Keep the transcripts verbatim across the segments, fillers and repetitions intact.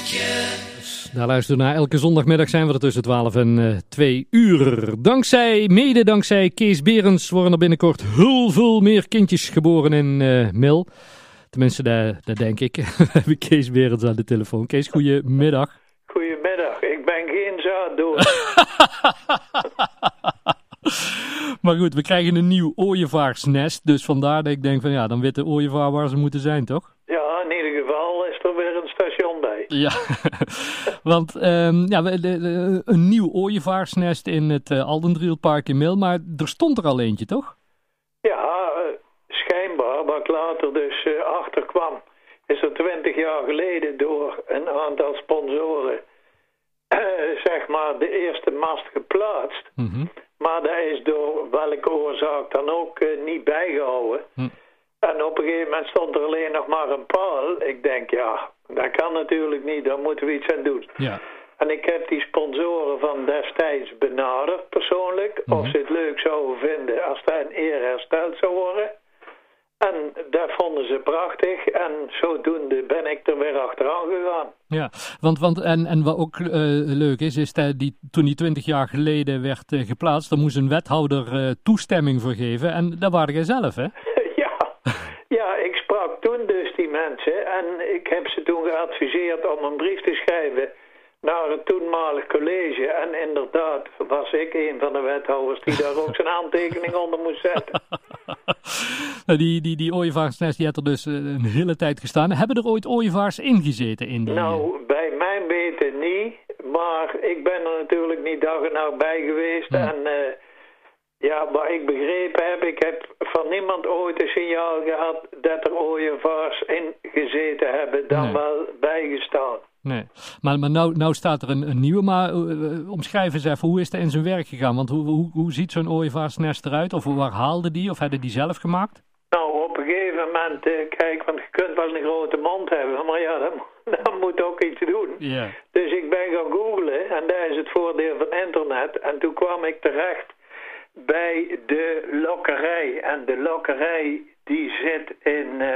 Daar luisteren we naar. Elke zondagmiddag zijn we er tussen twaalf en uh, twee uur. Dankzij, mede dankzij Kees Berends worden er binnenkort heel veel meer kindjes geboren in uh, Mil. Tenminste, dat, dat denk ik. We hebben Kees Berends aan de telefoon. Kees, goedemiddag. Goedemiddag, ik ben geen zaaddoor. Maar goed, we krijgen een nieuw ooievaarsnest. Dus vandaar dat ik denk van ja, dan weet de ooievaar waar ze moeten zijn, toch? Ja, in ieder geval is er weer een station bij. Ja, want um, ja, de, de, een nieuw ooievaarsnest in het uh, Aldendrielpark in Mil. Maar er stond er al eentje, toch? Ja, uh, schijnbaar. Wat ik later dus uh, achterkwam, is er twintig jaar geleden door een aantal sponsoren uh, zeg maar de eerste mast geplaatst. Mm-hmm. Maar dat is door welke oorzaak dan ook uh, niet bijgehouden. Mm. En op een gegeven moment stond er alleen nog maar een paal. Ik denk, ja, dat kan natuurlijk niet, daar moeten we iets aan doen. Ja. En ik heb die sponsoren van destijds benaderd persoonlijk. Mm-hmm. Of ze het leuk zouden vinden als dat een eer hersteld zou worden. En dat vonden ze prachtig. En zodoende ben ik er weer achteraan gegaan. Ja, want, want en, en wat ook uh, leuk is, is dat die, toen die twintig jaar geleden werd uh, geplaatst, daar moest een wethouder uh, toestemming voor geven. En dat waren jij zelf, hè? Ja. Ja, ik sprak toen dus die mensen. En ik heb ze toen geadviseerd om een brief te schrijven naar het toenmalig college. En inderdaad was ik een van de wethouders die daar ook zijn aantekening onder moest zetten. Die, die, die ooievaarsnest die had er dus een hele tijd gestaan. Hebben er ooit ooievaars ingezeten in die... Nou, bij mijn weten niet. Maar ik ben er natuurlijk niet dag en nacht bij geweest. Hmm. En uh, ja, wat ik begrepen heb, ik heb van niemand ooit een signaal gehad dat er ooievaars in gezeten hebben. Dan nee. wel bijgestaan. Nee, maar, maar nou, nou staat er een, een nieuwe, maar uh, omschrijf eens even, hoe is dat in zijn werk gegaan? Want hoe, hoe, hoe ziet zo'n ooievaarsnest eruit? Of waar haalde die? Of hadden die zelf gemaakt? Nou, op een gegeven moment, uh, kijk, want je kunt wel een grote mond hebben, maar ja, dan, dan moet ook iets doen. Yeah. Dus ik ben gaan googlen en dat is het voordeel van internet. En toen kwam ik terecht bij de lokkerij. En de lokkerij die zit in... Uh,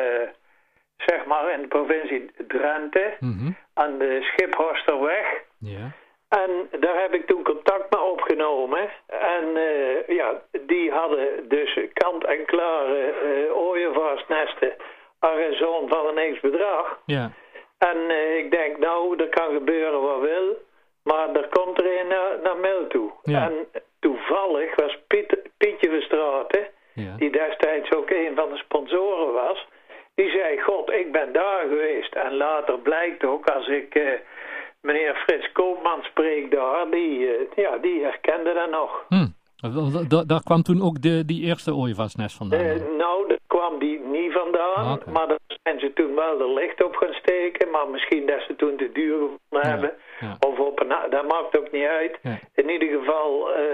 zeg maar in de provincie Drenthe, mm-hmm. aan de Schiphorsterweg. Yeah. En daar heb ik toen contact mee opgenomen. En uh, ja, die hadden dus kant-en-klare uh, ooievaarsnesten aan een zoon van een niks bedrag. Yeah. En uh, ik denk, nou, er kan gebeuren wat wil, maar er komt er een naar, naar Mil toe. Yeah. En toevallig was Piet, Pietje Verstraeten, yeah. die destijds ook een van de sponsoren was, die zei, god, ik ben daar geweest. En later blijkt ook, als ik uh, meneer Frits Koopman spreek daar, die, uh, ja, die herkende dat nog. Hmm. Da- daar kwam toen ook de, die eerste ooievaarsnest vandaan? Uh, nou, daar kwam die niet vandaan, okay. Maar daar zijn ze toen wel de licht op gaan steken. Maar misschien dat ze toen te duur gevonden ja. hebben. Ja. Of op een, dat maakt ook niet uit. Ja. In ieder geval, uh,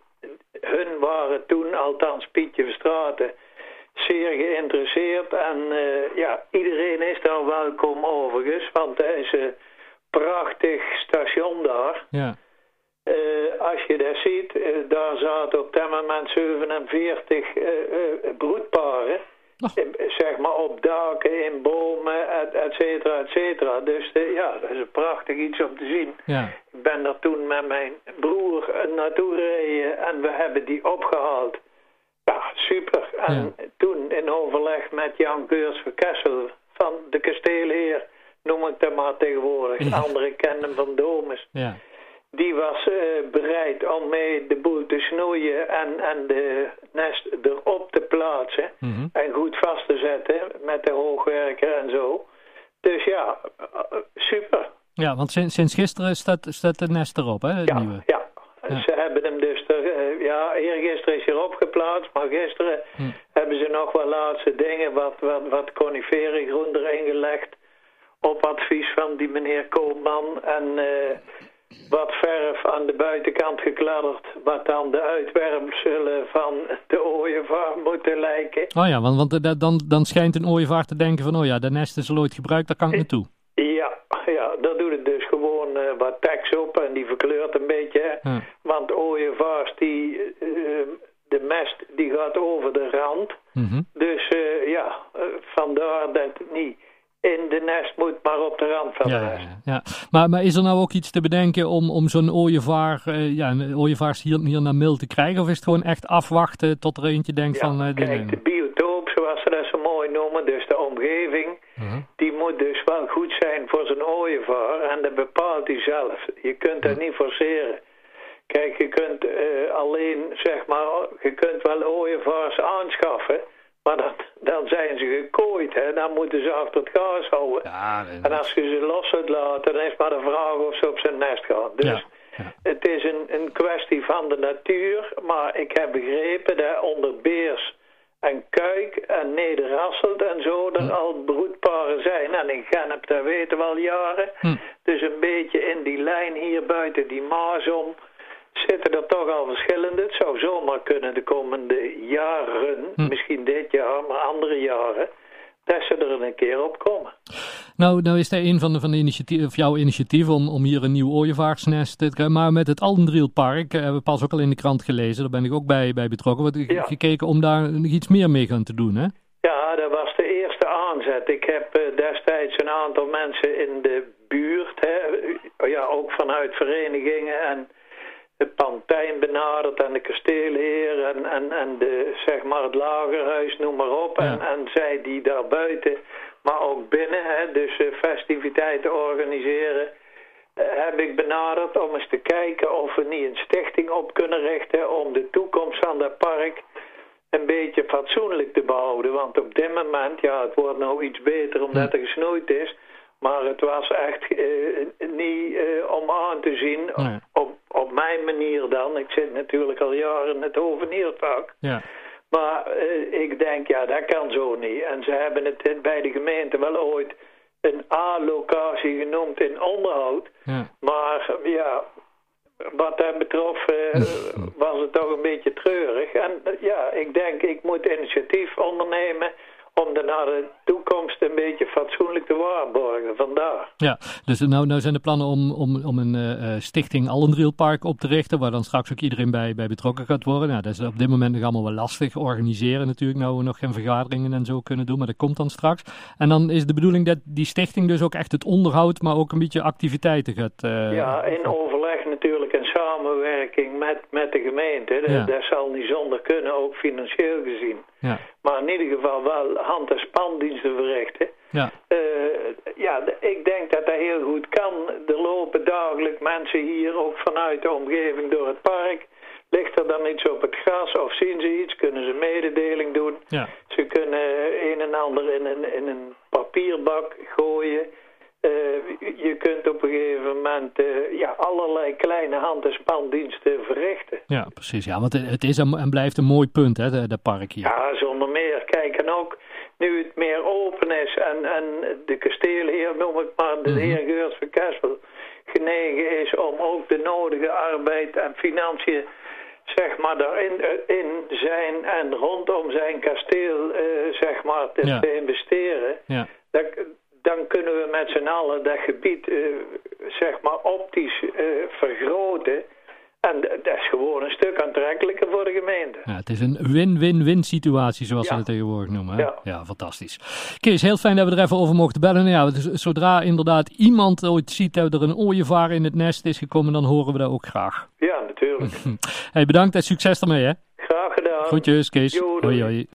hun waren toen, althans Pietje Verstraeten, zeer geïnteresseerd en uh, ja, iedereen is daar welkom overigens, want er is een prachtig station daar. Ja. Uh, als je dat ziet, uh, daar zaten op dat moment zevenenveertig uh, uh, broedparen, oh. uh, zeg maar op daken, in bomen, et, et cetera, et cetera. Dus uh, ja, dat is een prachtig iets om te zien. Ja. Ik ben daar toen met mijn broer naartoe gereden en we hebben die opgehaald. Ja, super. En ja. toen in overleg met Jan Keurs van Kessel van de kasteelheer, noem ik dat maar tegenwoordig, ja. Anderen kennen hem van Domus. Ja. Die was uh, bereid om mee de boel te snoeien en, en de nest erop te plaatsen. Mm-hmm. En goed vast te zetten met de hoogwerker en zo. Dus ja, uh, super. Ja, want sinds, sinds gisteren staat, staat de nest erop, hè? Het ja, nieuwe. ja. Ja. Ze hebben hem dus, er, uh, ja, eergisteren is hij erop geplaatst, maar gisteren hm. hebben ze nog wat laatste dingen, wat, wat, wat coniferengroen erin gelegd, op advies van die meneer Koopman en uh, wat verf aan de buitenkant gekladderd, wat dan de uitwerpselen van de ooievaar moeten lijken. Oh ja, want, want uh, dan, dan schijnt een ooievaar te denken van, oh ja, de nest is al ooit gebruikt, daar kan ik naartoe. Ja, ja, dat doet het dus gewoon uh, wat tekst op en die verkleurt een beetje. Hm. Want ooievaars, die, uh, de mest, die gaat over de rand. Mm-hmm. Dus uh, ja, uh, vandaar dat het niet in de nest moet, maar op de rand van ja, de nest. Ja, ja. Maar, maar is er nou ook iets te bedenken om, om zo'n ooievaar, uh, ja, een ooievaars hier, hier naar Mil te krijgen? Of is het gewoon echt afwachten tot er eentje denkt ja, van... Uh, kijk, de biotoop, zoals ze dat zo mooi noemen, dus de omgeving, uh-huh. die moet dus wel goed zijn voor zijn ooievaar. En dat bepaalt hij zelf. Je kunt dat uh-huh. niet forceren. Kijk, je kunt uh, alleen, zeg maar, je kunt wel ooievaars aanschaffen... Maar dan, dan zijn ze gekooid, hè. Dan moeten ze achter het gaas houden. Ja, en, en als je ze los zou laten, dan is maar de vraag of ze op zijn nest gaan. Dus ja, ja. Het is een, een kwestie van de natuur. Maar ik heb begrepen dat onder beers en kuik en nederrasselt en zo er hm. al broedparen zijn. En in Gennep, dat weten we al jaren. Hm. Dus een beetje in die lijn hier buiten die Maas om... zitten er toch al verschillende. Het zou zomaar kunnen de komende jaren, hm. misschien dit jaar, maar andere jaren, dat ze er een keer op komen. Nou, nou is dat een van de, van de initiatieven, of jouw initiatieven om, om hier een nieuw ooievaarsnest te krijgen. Maar met het Aldendrielpark, hebben we pas ook al in de krant gelezen, daar ben ik ook bij, bij betrokken. Wordt ja. gekeken om daar nog iets meer mee gaan te doen, hè? Ja, dat was de eerste aanzet. Ik heb uh, destijds een aantal mensen in de buurt, hè, ja, ook vanuit verenigingen en de Pantijn benaderd en de kasteelheer en, en, en de, zeg maar het lagerhuis, noem maar op. Ja. En, en zij die daar buiten, maar ook binnen, hè, dus uh, festiviteiten organiseren, uh, heb ik benaderd om eens te kijken of we niet een stichting op kunnen richten om de toekomst van dat park een beetje fatsoenlijk te behouden. Want op dit moment, ja, het wordt nou iets beter omdat er gesnoeid is, maar het was echt uh, niet uh, om aan te zien, nee. op, op mijn manier dan. Ik zit natuurlijk al jaren in het hoveniervak. Ja. Maar uh, ik denk, ja, dat kan zo niet. En ze hebben het bij de gemeente wel ooit een A-locatie genoemd in onderhoud. Ja. Maar ja, wat dat betrof uh, was het toch een beetje treurig. En uh, ja, ik denk, ik moet initiatief ondernemen om er naar de toekomst een beetje fatsoenlijk te waarborgen, vandaar. Ja, dus nou, nou zijn de plannen om, om, om een uh, stichting Aldendrielpark op te richten, waar dan straks ook iedereen bij, bij betrokken gaat worden. Nou, dat is op dit moment nog allemaal wel lastig organiseren natuurlijk, nou we nog geen vergaderingen en zo kunnen doen, maar dat komt dan straks. En dan is de bedoeling dat die stichting dus ook echt het onderhoud, maar ook een beetje activiteiten gaat... Uh, ja, in overleg natuurlijk en samenwerking met, met de gemeente. Ja. Dat zal niet zonder kunnen, ook financieel gezien. Ja. Maar in ieder geval wel hand- en spandiensten verrichten. Ja. Uh, ja, ik denk dat dat heel goed kan. Er lopen dagelijks mensen hier ook vanuit de omgeving door het park. Ligt er dan iets op het gras of zien ze iets, kunnen ze mededeling doen. Ja. Ze kunnen een en ander in een, in een papierbak gooien. Uh, je kunt op een gegeven moment uh, ja, allerlei kleine hand- en spandiensten verrichten. Ja, precies. Ja, want het is en blijft een mooi punt, hè, de, de park hier. Ja, zonder meer. Kijk, en ook nu het meer open is en, en de kasteelheer, noem ik maar, de mm-hmm. heer Geurt van Kessel, genegen is om ook de nodige arbeid en financiën, zeg maar, daarin in zijn en rondom zijn kasteel, uh, zeg maar, te, ja. te investeren. Ja. Dat, dan kunnen we met z'n allen dat gebied, uh, zeg maar, optisch uh, vergroten. En dat is gewoon een stuk aantrekkelijker voor de gemeente. Ja, het is een win-win-win situatie, zoals ja. ze het tegenwoordig noemen. Hè? Ja. ja, fantastisch. Kees, heel fijn dat we er even over mochten bellen. Nou ja, dus zodra inderdaad iemand ooit ziet dat er een ooievaar in het nest is gekomen, dan horen we dat ook graag. Ja, natuurlijk. Hey, bedankt en succes ermee, hè? Graag gedaan. Groetjes, Kees. Jo, hoi, hoi.